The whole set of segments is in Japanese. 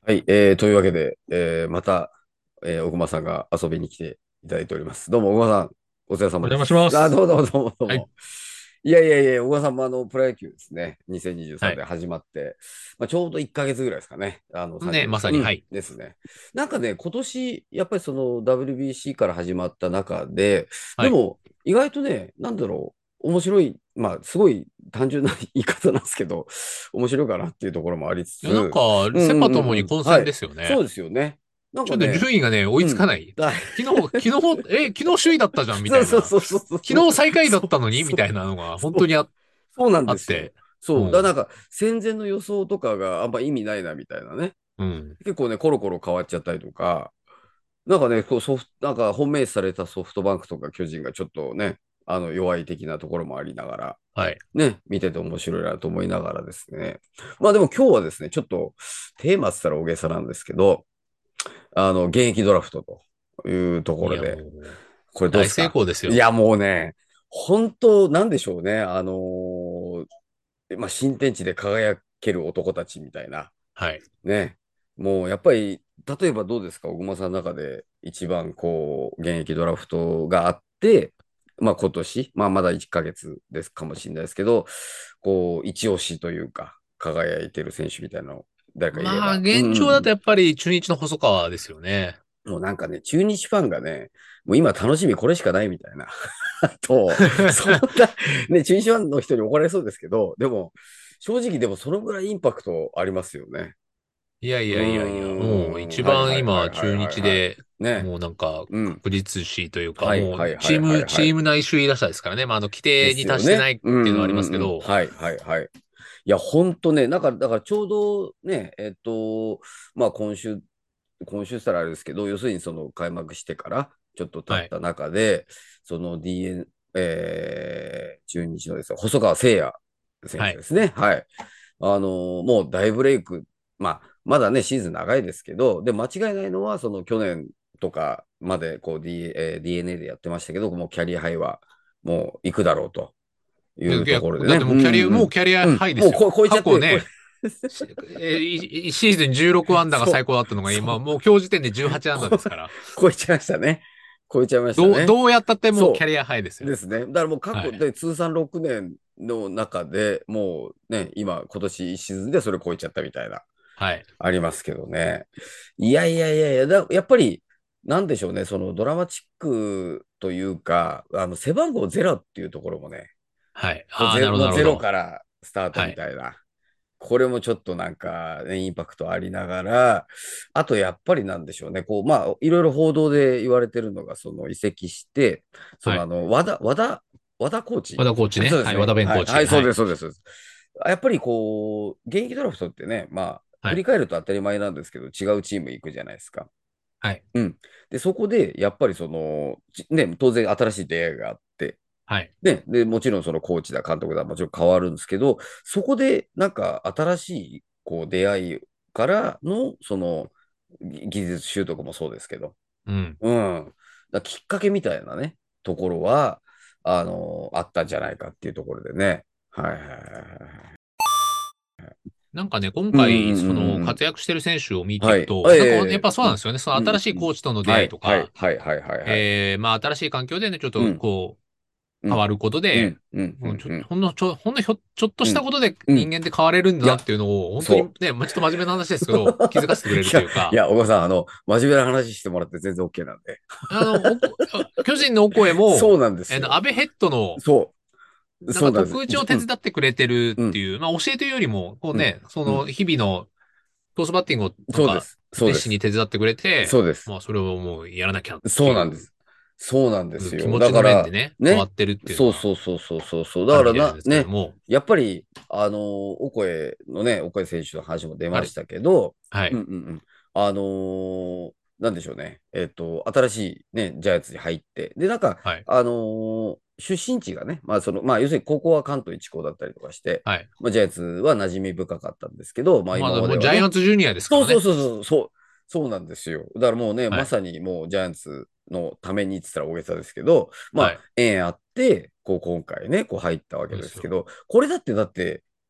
はい、というわけで、また、小熊さんが遊びに来ていただいております。どうも、小熊さん、お疲れお邪魔しま様です。あ、 す。 どうはい。 も。いやいやいや、小熊さんもプロ野球ですね、2023 はい。 で始まって、ちょうど1ヶ月ぐらいですかね、 ね、 30日間、 まさに、はい。 ですね。なんかね、今年、やっぱりその WBC から始まった中で、 はい。 でも、意外とね、なんだろう、面白い、すごい単純な言い方なんですけど、面白いかなっていうところもありついや、なんつ、 か、 うんうセ・パとんうんうん。 もに混戦ではい。 すよね。 そうですよね。なんちょっとかね、 順位がね、追いうん。 つかない。 だ昨日首位だったじゃん、みたいな。 そうそうそうそうそうそう。 昨日最下位だそうったのにみそうたいなのが、 そう。 本当にそうなんですよ。 あって。うそう。 ん。 なんか、戦前の予想とかがあんま意味ないな、みたいなね。 うん。 結構ね、コロコロ変わっちゃったりとか、なんかね、なんか本命視されたソフトバンクとか巨人がちょっとね、弱い的なところもありながら、 はい。 ね、見てて面白いなと思いながらですね。まあでも今日はですね、ちょっとテーマって言ったら大げさなんですけど、現役ドラフトというとこいや、 ろで、 もこれう、大成どうですか？ 功ですよ。 いや、もうね、本当、なんでしょうね。新天地で輝ける男たちみたいな。 はい。 ね。もう、やっぱり、例えばどうですか、小熊さんの中で一番、こう、現役ドラフトがあって、今年、まだ1ヶ月ですかもしれないですけど、こう、一押しというか、輝いてる選手みたいなの、誰かいれまあ、 ば。うんうんうん。 現状だとやっぱり中日の細川ですよね。 もうなんかね、中日ファンがね、もう今楽しみこれしかないみたいな。そんな、ね、中日ファンの人に怒られそうですけど、でも、正直でもそのぐらいインパクトありますよね。 いやいうやいやいや、もうーん、 一はいはいはい番今、 はい中はいはい。 日で、 ね、 もうなんかうん、 確実視というか、 はいもうはいはいはいはい。 チーム内首位打者ですからね。まあ、規で定にすよね。 達してないっうんうんていうのはありますうんうん。 けど、 はいはいはい。いや、ほんとね、だからちょうどね、まあ今週したらあれですけど、要するにその開幕してからちょっと経はい。 った中で、その 中日のですね、細川誠也選はい。 手ですね。はい。もう大ブレイク、まだね、シーズン長いですけど、で、間違いないのは、その去年とかまでこう、DNA でやってましたけど、もうキャリアハイはもう行くだろうといういや、 ところでね。 だってうんうんもうキャリアうん。うん。 ハイですよ。 超えちゃって、 過去ね、シーズン16アンダーがそう、 最高だったのが今、 そう、 もう今日時点で18アンダーですから。 超えちゃいましたね。超えちゃいましたね。 どうやったってもうキャそリアハイですよ。 うですね。だからもう過はい。 去で通算6年の中でもうね、今年シーズンでそれ超えちゃったみたいな、 はい。 ありますけどね。いやいやいやいや、やっぱり、なんでしょうね、そのドラマチックというか、背番号ゼロっていうところもね、 はい。ああ、なるほど、 もうゼロなるほど。 からスタートはい。 みたいな。これもちょっとなんか、ね、インパクトありながら、あとやっぱりなんでしょうね、こう、いろいろ報道で言われてるのが、その移籍して、そはい。 の和田コーチ。 和田コーチね。はい。和そうですね。はい、は田弁コーチ。 い、そうです、 はい。 そうです。そうです。やっぱりこう、現役ドラフトってね、振はい。 り返ると当たり前なんですけど、違うチーム行くじゃないですか。 はい。 うん。で、そこで、やっぱりその、ね、当然新しい出会いがあって、 はい。 ね、で、もちろんそのコーチだ、監督だ、もちろん変わるんですけど、そこでなんか新しいこう出会いからの、その技術習得もそうですけど、 うん。 うん。きっかけみたいなね、ところは、あったんじゃないかっていうところでね。はいはいはいはい。 なんかね、今うんう回、 んうんうんうん。 活躍してる選手を見ていはい。 くと、なんかやっぱそううんなんですよね。そのうん新しいうん。 コーチとの出はい会いとか、 はいはいはいはいはい。 新しい環境でね、ちょっとうんこう、変わうんることで、 うんうんうんうん。 ほんのちょっとうんしたことでうん。 人間って変われるんだいや、 なっていうのを、本当にそう。 ね、まあ、ちょっと真面目な話ですけど、気づかせてくれるいや、 というか、 小川さん、真面目な話してもらって全然 OK なんで。 巨人のオコエも、 そうなんですよ。 安倍ヘッドの、 そう、 なんかそうなんです。 特打ちを手伝ってくれてるうん、 っていう、まあ教えというよりも、こううん、 ね、そうん。 の日々のトースバッティングをなんかそうです。そう熱です。 心に手伝ってくれて、 そうです。 まあそれをもうやらなきゃっていうそうなんです。そうなんですよ。 気持ちのだから、 面でね、変わね。 ってるっていうのそうはそうそうそうそうそう。だあからるみたいなんですけれどね。 も、 やっぱり、オコエ選手の話も出ある。 ましたけど、 はい。 うんうんうん。なんでしょうね。新しいね、ジャイアンツに入って、で、なんか、 はい。 出身地がね、要するに高校は関東一高だったりとかして、 はい。 ジャイアンツは馴染み深かったんですけど、今まもうジャイアではね、 ンツジュニアですかそうらね。 そうそうそう、そうなんですよ。だからもうね、 はい。 まさにもうジャイアンツのためにって言ったら大げさですけど、 はい。 縁あって、こう今回ね、こう入ったわけそうですよ。 ですけど、これだって、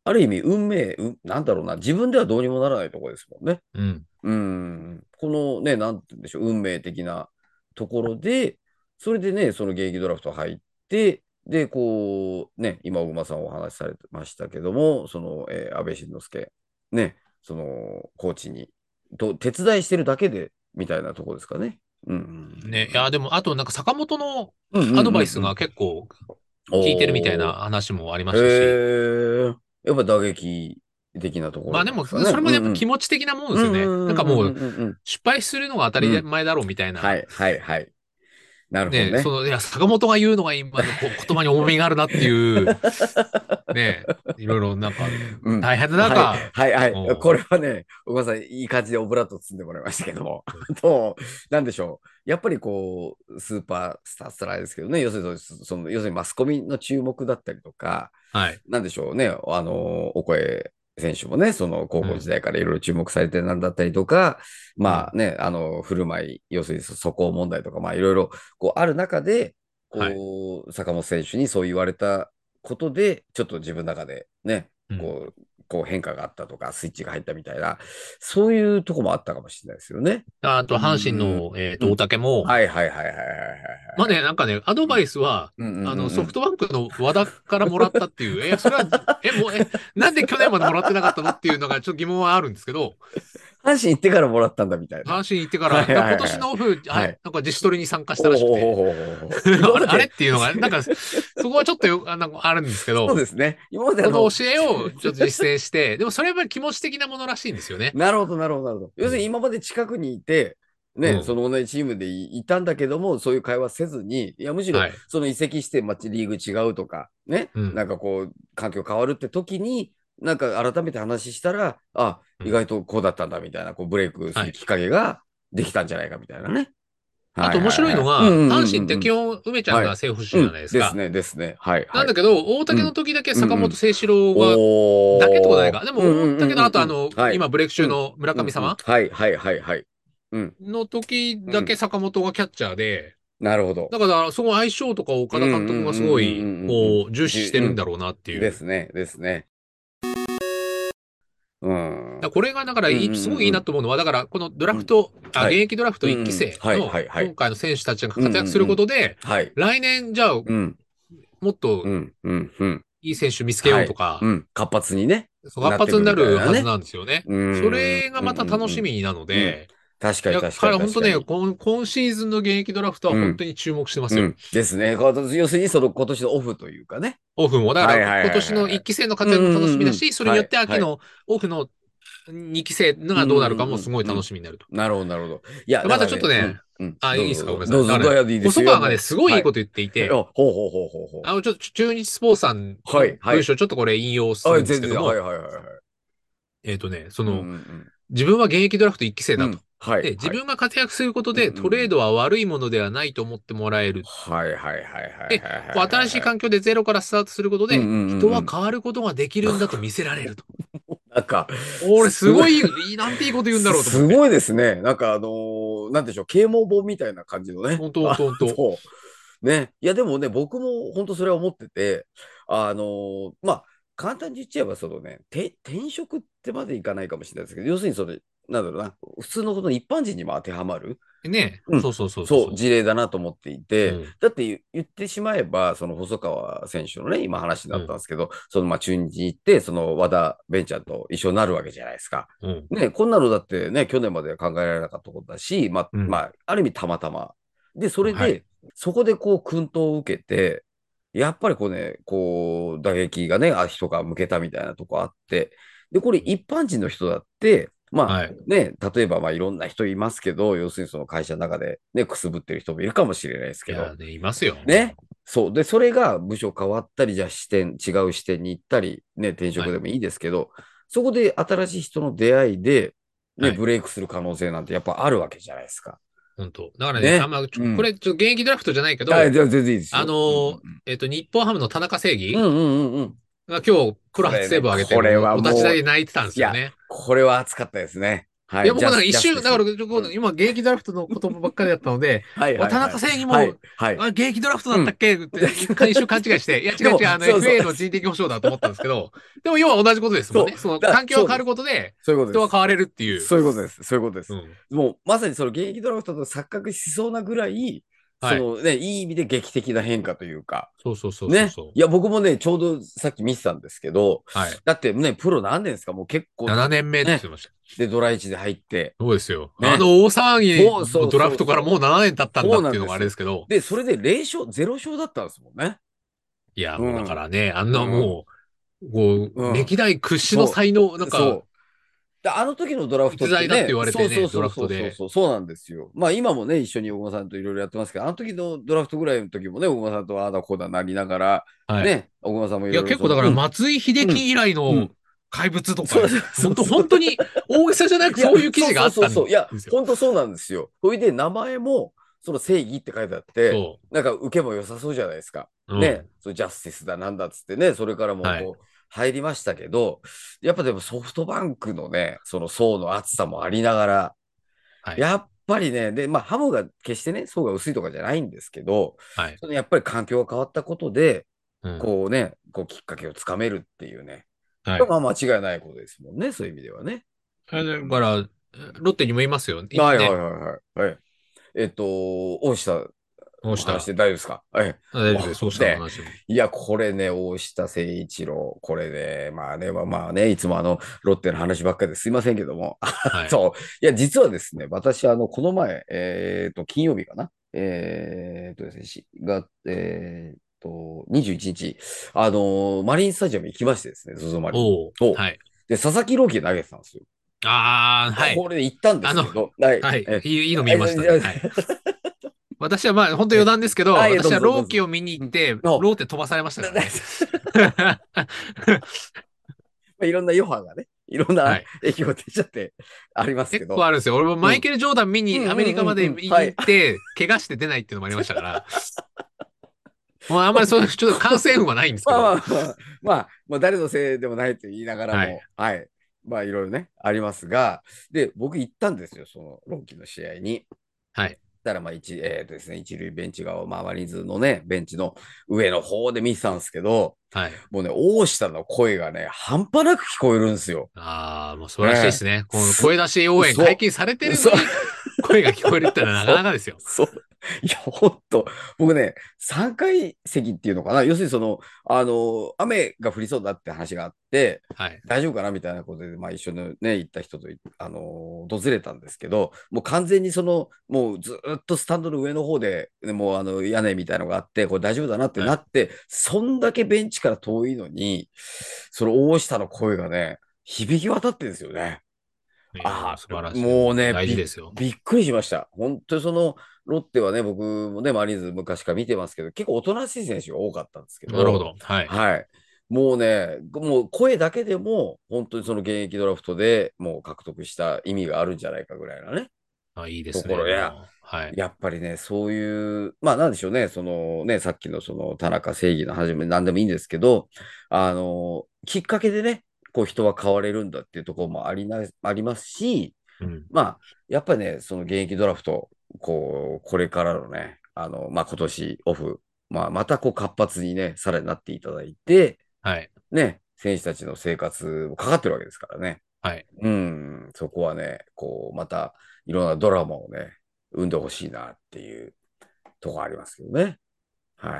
ある意味、運命、なんだろうな、自分ではどうにもならないところですもんね。 うん。 このね、なんて言うんでしょう、運命的なところで、それでね、その現役ドラフト入って、で、こう、ね、今、小熊さんお話しされてましたけども、その、安倍晋之助、ね、その、コーチに、手伝いしてるだけで、みたいなところですかね。うん。 ね、いや、でも、あとなんか坂本のうんうんアドバイスがうんうん。 結構効いてるみたいなおー。 話もありましたし、 へえ。やっぱ打撃的なところまあでも、 なんですかね。 それもやっぱ気うんうん。 持ち的なもんですよね。 うんうんなんかもう、 うんうんうんうん失敗するのが当たうん。うりん。 前だろうみたいな。 はいはいはい。なるほどね、 ね。 いや、坂本が言うのが今のこう言葉に重みがあるなっていう、ね、いろいろなんか、 うん。 大変なはい、 中、 はい、はい。 もこれはね、ごめんなさい。いい感じでオブラート包んでもらいましたけども。あと、なんでしょう。やっぱりこう、スーパースタースライですけどね。要するにマスコミの注目だったりとか、 はい。 なんでしょうね。オコエ選手もね、その高校時うん。 代からいろいろ注目されてなんだったりとか、 うん。 まあね、振る舞い、要するに素行問題とか、まあいろいろこうある中で、 はい。 こう、坂本選手にそう言われたことで、ちょっと自分の中でね、 うん。 こう変化があったとか、スイッチが入ったみたいな、そういうとこもあったかもしれないですよね。 あと、 う阪神ん。 の、大うん。 竹も、 はいはいはいはいはいはいまあね、 はい。 なんかね、アドうん。 バイスは、 うんうんうんうん。 ソフトバンクの和田からもらったっていう、それは、もう、なんで去年までもらってなかったのっていうのがちょっと疑問はあるんですけど、 阪神行ってからもらったんだみたいな。 阪神行ってから、 はいはい今はいはい。 年のオフ、 はい。 なんか自主トレに参加したらしくて、 おおほほほほほ。今あれまで、 っていうのが、なんか、そこはちょっとなんかあるんですけど、 そうですね。今までその教えをちょっと実践して、でもそれはやっぱり気持ち的なものらしいんですよね。 なるほど、なるほど、なるほど。要するにうん。 今まで近くにいて、ね、そうん。 の同じチームでいたんだけども、そういう会話せずに、いや、むしろはい。 その移籍して、リーグ違うとか、ね、 うん。 なんかこう、環境変わるって時に、なんか改めて話したら、あ、 うん。 意外とこうだったんだみたいな、こうブレイクすはい。 るきっかけができたんじゃないかみたいなね。はいあと面白いはいはい。うんうのが、 ん阪うんうんうん。 神って基本、梅ちゃんはい。 が正捕手じうん。 ゃないですか。 ですね、ですね。はいはい。 なんだけど、大竹のうん。 時だけうんうん。 坂本誠志郎が、だけってことないか。 おー。 でも、 うんうんう大竹の後、 んうんうん。はい。 今ブレイクうん。 中の村うんうん。 上様はいはいはいはい。うん。 の時だけうん。 坂本がキャッチャーで、 なるほど。 だから、その相性とかうんう岡田監督がすごい、 んうんうんうんうん。 こう、重視してうん。 るんだろうなっていう。 ですね、ですね。うん。うんこれが、だからうんすごいいいなうんと思うのは、だから、このドラうん。 フト、 はい。 現役ドラフト1期うんうん。はいは生のいはい。 今回の選手たちがうん活躍するうんうん。 ことで、 はい。 来年、じゃあ、 うん。 もっとうんうんうん。 いい選手見つけよはい。 うとか、 うん。活発にね、 活なっていくみたい発になるなね。 はずなんですよね。 うーそん。 れがまたうんうん楽しみなのうん。うん。 で、 確かいや、 に確かに本当ね、 確かに。 今シーズンの現役ドラフトはうん。 本当に注目してますよ。 うん。ですね。要するにその今年のオフというかね。 オフも。だからはいはいはい今年のはいはい。 1期生のうんう活躍も楽しんうんうん。 みだし、それにはよっていはい。 秋のオフの2期生のうんうがどうなるかもすごいんうんうん。 楽しみになると。 なるほどなるほど。いや、だまたからね、うちょっとね、 んうん。 いいですかごめんなさい。 どうぞ、 だからね、 どうやでいいですよ。 細川がね、 もすごう。はい。 いいいこと言っていあ、 て、 ほうほうほうほうほう。 ちょっと中日スポーツさんのはいはい。 文章ちょっとこれ引用すはい、 るんです全然、はいけども、 はいはいはい。うんうん自分は現役ドラフト1期生うん。うだと。 ん。はいで、自はい。 分が活躍することうんうでトレーんうん。 ドは悪いものではないと思ってもらえる。 はいはいはいはいはいはいで、こう新しいはいはい。 環境でゼロからスタートすることで、 うんうんうんうん。 人は変わることができるんだと見せられると。 なんか、 俺すごいすごいなんていいこと言うんだろうと思って。 すごいですね。なんかなんでしょう、啓蒙本みたいな感じのね。 本当本当本当。 ね。いや、でもね、僕も本当それは思ってて、簡単に言っちゃえば、そのね、転職ってまでいかないかもしれないですけど、要するにそれ、なんだろうな、普通のこと一般人にも当てはまる。 ね、 うん。 そうそうそうそうそう、 そ事例だなと思っていう。うて、 ん。 だって言ってしまえば、その細川選手のね、今話になったんうん。 ですけど、その中日に行って、その和田ベンチャーと一緒になるわけじゃないですか。 うん。 ね、こんなのだってね、去年までは考えられなかったことだし、 うん。 ある意味たまたま。で、それはい。 で、そこでこう、薫陶を受けて、やっぱりこうね、こう、打撃がね、人が向けたみたいなとこあって、で、これ一般人の人だって、 はい。 ね、例えばいろんな人いますけど、要するにその会社の中でね、くすぶってる人もいるかもしれないですけど、 いやね、いますよ。 ね。そう。で、それが部署変わったり、じゃあ違う視点に行ったり、ね、転はい。 職でもいいですけど、そこで新しい人の出会いで、ね、 はい。 ブレイクする可能性なんてやっぱあるわけじゃないですか。 本当。だからね、 ね。うん。 これ、現役ドラフトじゃないけはい、 ど、 じゃあ全然いいですよ。うんうん日本ハムの田中正うん。う義んうんうんうん。 が今日、プロ初セーこれね、 ブを上げて、 これもう、お立ちはもう、 台で泣いてたんでいや、 すよね。 これは熱かったですね。 はい、 いや、僕なんか一瞬、 ジャスティス。 だから、 うん。 今、現役ドラフトの言葉ばっかりだったので、田はいはいはい。 中正義も、 はい、はい。 現役ドラフトだうん。 ったっけって一瞬勘違いして、いや、違でも、 う違う、 そうそう。 FA の人的保障だと思ったんですけど、でも要は同じことですもんね。 そう。 その、環境が変わるそうです。 ことで、 そういうことです。 人は変われるっていう。 そういうことです。そういうことです。 うん。 もう、まさにその現役ドラフトと錯覚しそうなぐらい、そはい。 のね、いい意味で劇的な変化というか、 そうそうそうそうね。 そう。 いや、僕もね、ちょうどさっき見てたんですけど、 はい。 だってね、プロ何年ですか？もう結構 7年目って言っね。 てました。 で、ドラ1で入って、 そうですよ。 ね。 大騒ぎそうそうのドラフトからそうそう。 もう7年経ったんだそうっていうのがあなんですよ。 れですけど、 で、それで0勝、0勝だったんですもんね。 いや、もうだかうん。 らね、あんうん。 なもう、こう、 うん。 歴代屈指のそ才能、なんう。 か、 そう。であの時のドラフト逸ってね、 材だって言われてね、ドそうそうそうラフトで。 そうそうそう、そうなんですよ。まあ今もね、一緒に大駒さんといろいろやってますけど、あの時のドラフトぐらいの時もね、大駒さんとああだこうだなりながら、 はい。 ね、大駒さんもいいや、 ろいろ結構だからうん、 松井秀うん、 喜以来のうん。 怪物とか、 そうそうそうそう。 本当に大げさじゃなくいや、 そういう記そう事があったんそうそうそう。いや、 ですよ。 ほんとそうなんですよ。それで名前も、その正義って書いてあって、 そなんか受けも良さそうじゃないですか。 う。うね、 ん。 そうジャスティスだなんだっつってね、それからもはい。 こう、入りましたけど、やっぱでもソフトバンクのね、その層の厚さもありながら、 はい。 やっぱりね、で、まあ、ハムが決してね、層が薄いとかじゃないんですけど、 はい。 そのやっぱり環境が変わったことで、 うん。 こうね、こうきっかけをつかめるっていうね。 はい。 まあ間違いないことですもんね、そういう意味ではね。 だから、ロッテにもいますよ。 はいはいね。 はいはい。はい。大下の話大下。 で大丈夫ですか？はい。 大丈夫です。大下のね、 話も。 いや、これね、大下誠一郎、これね、まあね、いつもロッテの話ばっかりですいませんけども、 はい。 そう、いや、実はですね、私、この前、金曜日かなですね、21日、マリンスタジアム行きましてですね、ZOZO マリン。 おお。 そう。 はい。 で、佐々木朗希投げてたんですよ。 はい。 これ行ったんであの、 すけど、はい。 はい。 え、 いいの見えましたね。はい。私はまあ、本当余え、 談ですけど、 はい、ど私はうぞどうぞ。 ローキを見に行うん。 って、 の、 ローテ飛ばされましたからね。 まあ、いろんな余波がね、いろんなはい。 影響が出ちゃってありますけど。 結構あるんですよ。俺もうん。 マイケル・ジョーダン見にアメうんうんリカまで見うんうん。はい。 に行って、怪我して出ないっていうのもありましたから、もうあんまりそういう、ちょっと感染運はないんですけど、 まあまあまあ、まあ、誰のせいでもないと言いながらはい。 も、はい。まあ、いろいろね、ありますが、で、僕行ったんですよ、その、ロンキの試合に。 はい。 たら、まあ、ですね、一塁ベンチ側を、まあ、マリーンズのね、ベンチの上の方で見てたんですけど、 はい。 もうね、大下の声がね、半端なく聞こえるんですよ。 ああ、もう素晴らしいでええすね。このす、 声出し応援解そ禁されてう、そう、 るのに、声が聞こえるってのはなかなそう、 かですよ。 そう。いや、ほんと、僕ね、3階席っていうのかな、要するにその、雨が降りそうだって話があって、 はい。 大丈夫かなみたいなことで、まあ一緒にね、行った人と、訪れたんですけど、もう完全にその、もうずっとスタンドの上の方で、ねもう屋根みたいのがあって、これ大丈夫だなってはい。 なって、そんだけベンチから遠いのに、その大下の声がね、響き渡ってるんですよね。 いや、もうあ、 素晴らしい。もうもうね、 大事ですよ。 びっくりしました。本当にその、ロッテはね、僕もね、マリーンズ昔から見てますけど、結構おとなしい選手が多かったんですけど、 なるほど。はい。 はい。もうね、もう声だけでも、本当にその現役ドラフトでもう獲得した意味があるんじゃないかぐらいなね、 いいですね。 ところ。いや、 もう、はい。 やっぱりね、そういう、まあなんでしょうね、そのね、さっきのその田中正義の始め、なんでもいいんですけど、きっかけでね、こう人は変われるんだっていうところもありますし、 うん。 まあ、やっぱりね、その現役ドラフト、これからのね、まあ今年オフ、まあまたこう活発にね、さらになっていただいて、 はい。 ね、選手たちの生活もかかってるわけですからね。 はい。 うん、そこはね、こう、またいろんなドラマをね、生んでほしいなっていうところありますけどね。はい。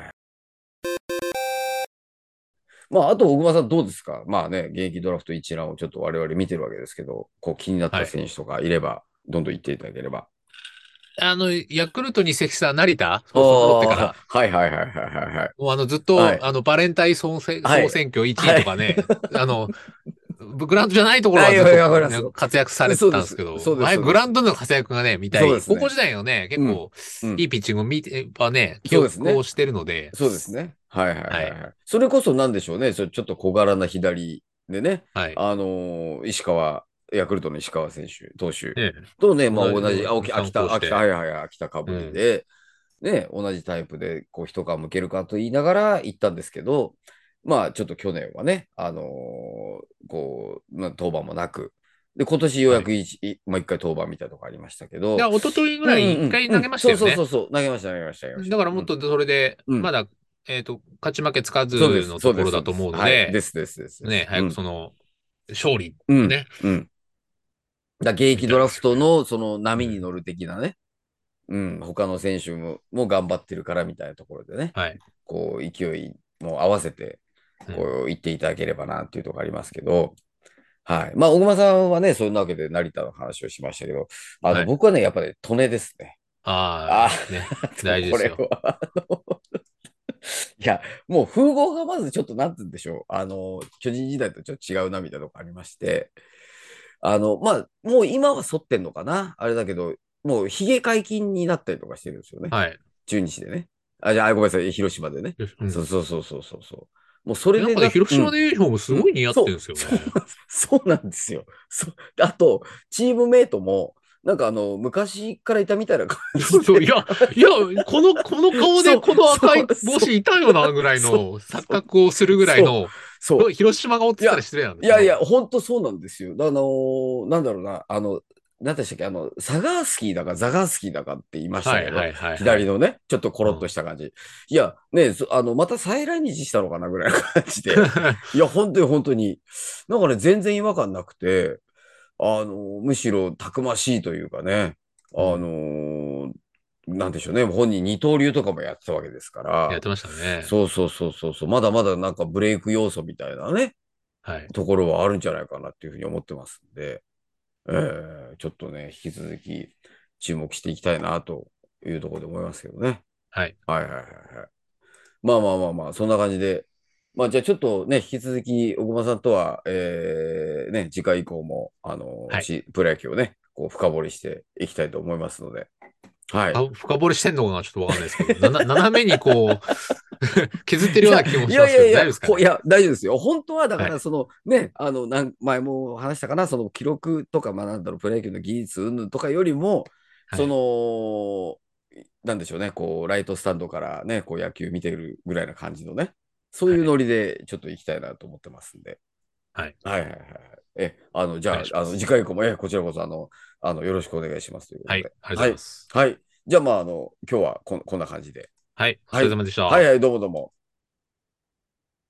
まあ、あと、小熊さんどうですか？まあね、現役ドラフト一覧をちょっと我々見てるわけですけど、こう気になったはい。 選手とかいれば、どんどん言っていただければ。 ヤクルトに移籍した成田、 あそうそう、ロッテかあ、 ら。 はいはいはいはいはい。 もうずっと、 はい。 バレンタインはい。 総選挙1位はい。 とかね、あの、グラウンドじゃないところはい、 はずっと、 わかりますね、 よ。 活躍されてそうです。 たんですけど、 そうです、そうです。 グラウンドでの活躍がね、見たい。高校そうですね。 時代のね、結うん。 構、 うん。 いいピッチングを見て、ね、記そうですね。 憶をしてるので、 そうですね。はいはいはい。 はいはい。それこそなんでしょうね。ちょっと小柄な左でね、 はい。 ヤクルトの石川選手、投手ね、 とね、まあ同じ同じ、 の参考しはて、 いはいはい、秋田かぶりうん。 で、ね、同じタイプで、こう、一皮むけるかと言いながら行ったんですけど、まあ、ちょっと去年はね、まあ、登板もなく、 で、今年ようはい。 やくもう一回登板みたいなとこありましたけど、 一昨日ぐうんらい一うんうんうん。 回投げましたそうよね。 そうそうそう。投げました、投げました、投げました。うん。 だからもっとそれで、 うん。 まだ、勝ち負けつかそうです、 ずのとそうです、そうです。 ころだと思うのはい。でで、 す、です、です、でね、 す。う早くん。 勝利、 うん。 ね、 うん。現役見たいドラフですよね。 トのそのうん。 波に乗る的なね、うん、他の選手も頑張ってるからみたいなところでね、 はい。 こう、勢いも合わせて、 うん。 こう、言っていただければなっていうところありますけど、はい。まあ、小熊さんはね、そんなわけで成田の話をしましたけど、 はい。 僕はね、やっぱり利根ですね。あああ、ね、 これ大事ですよ。 は、いや、もう風貌がまずちょっとなんて言うんでしょう。巨人時代とちょっと違うなみたいなとこありまして、まあ、もう今は剃ってんのかなあれだけど、もう髭解禁になったりとかしてるんですよね。 はい。 中日でね。じゃあ、ごめんなさい、広島でね。 うん。 そうそうそうそうそうそう。もうそれなんかね、 で広うん。 島のユニフォームすうん。 ごい似合ってるんですよね。 そうなんですよ。あと、チームメイトも、なんか昔からいたみたいな感じそうそう。 で、 いや、この顔でそう、 この赤い帽そう、 子いたよな、ぐらいそう、 の錯そう、 覚をするぐらいそう、 の、 そ広島顔ってう。いや、 言ったら失礼なんでいやいや、 すけど、 本当そうなんですよ。なんだろうな、なんでしたっけ、サガースキーだかザガースキーだかって言いましたけど、 はいはいはいはい。 左のね、ちょっとコロッとうん。 した感じ。いや、ね、また再来日したのかなぐらいの感じで。いや、本当に本当に。なんかね、全然違和感なくて、むしろたくましいというかね、あうん。 なんでしょうね、本人二刀流とかもやってたわけですから、 やってましたね。 そうそうそうそうそう、まだまだなんかブレイク要素みたいなね、 はい。 ところはあるんじゃないかなっていうふうに思ってますんで、ちょっとね、引き続き注目していきたいなというところで思いますけどね。 はい。 はいはいはいはい。まあまあまあまあ、そんな感じで。まあじゃあちょっとね、引き続き、小熊さんとは、ね、次回以降も、 はい。 プロ野球をね、こう深掘りしていきたいと思いますので。はい。 深掘りしてんのかなちょっとわかんないですけど、斜めに削ってるいや、 ような気もいしますけど、 やいやいや、 大丈夫ですかね。 いや、大丈夫ですよ。本当は、だから、 はい。 そのね、前も話したかな、その記録とか、まあ、なんだろう、プロ野球の技術云々とかよりも、そはい。 の、なんでしょうね、こう、ライトスタンドからね、こう、野球見てるぐらいな感じのね、そうはい。 いうノリでちょっと行きたいなと思ってますんで。 はい。 はいはいはいはい。じお願ゃあ、 いします。 次回以降も、こちらこそ、よろしくお願いしますというこはい。 とで。 ありがとうごはい。 ざいます。 はい。じゃあ、まあ、今日はこんな感じで。 はい。お疲れはい。 様でした。 はいはい、どうもどうも。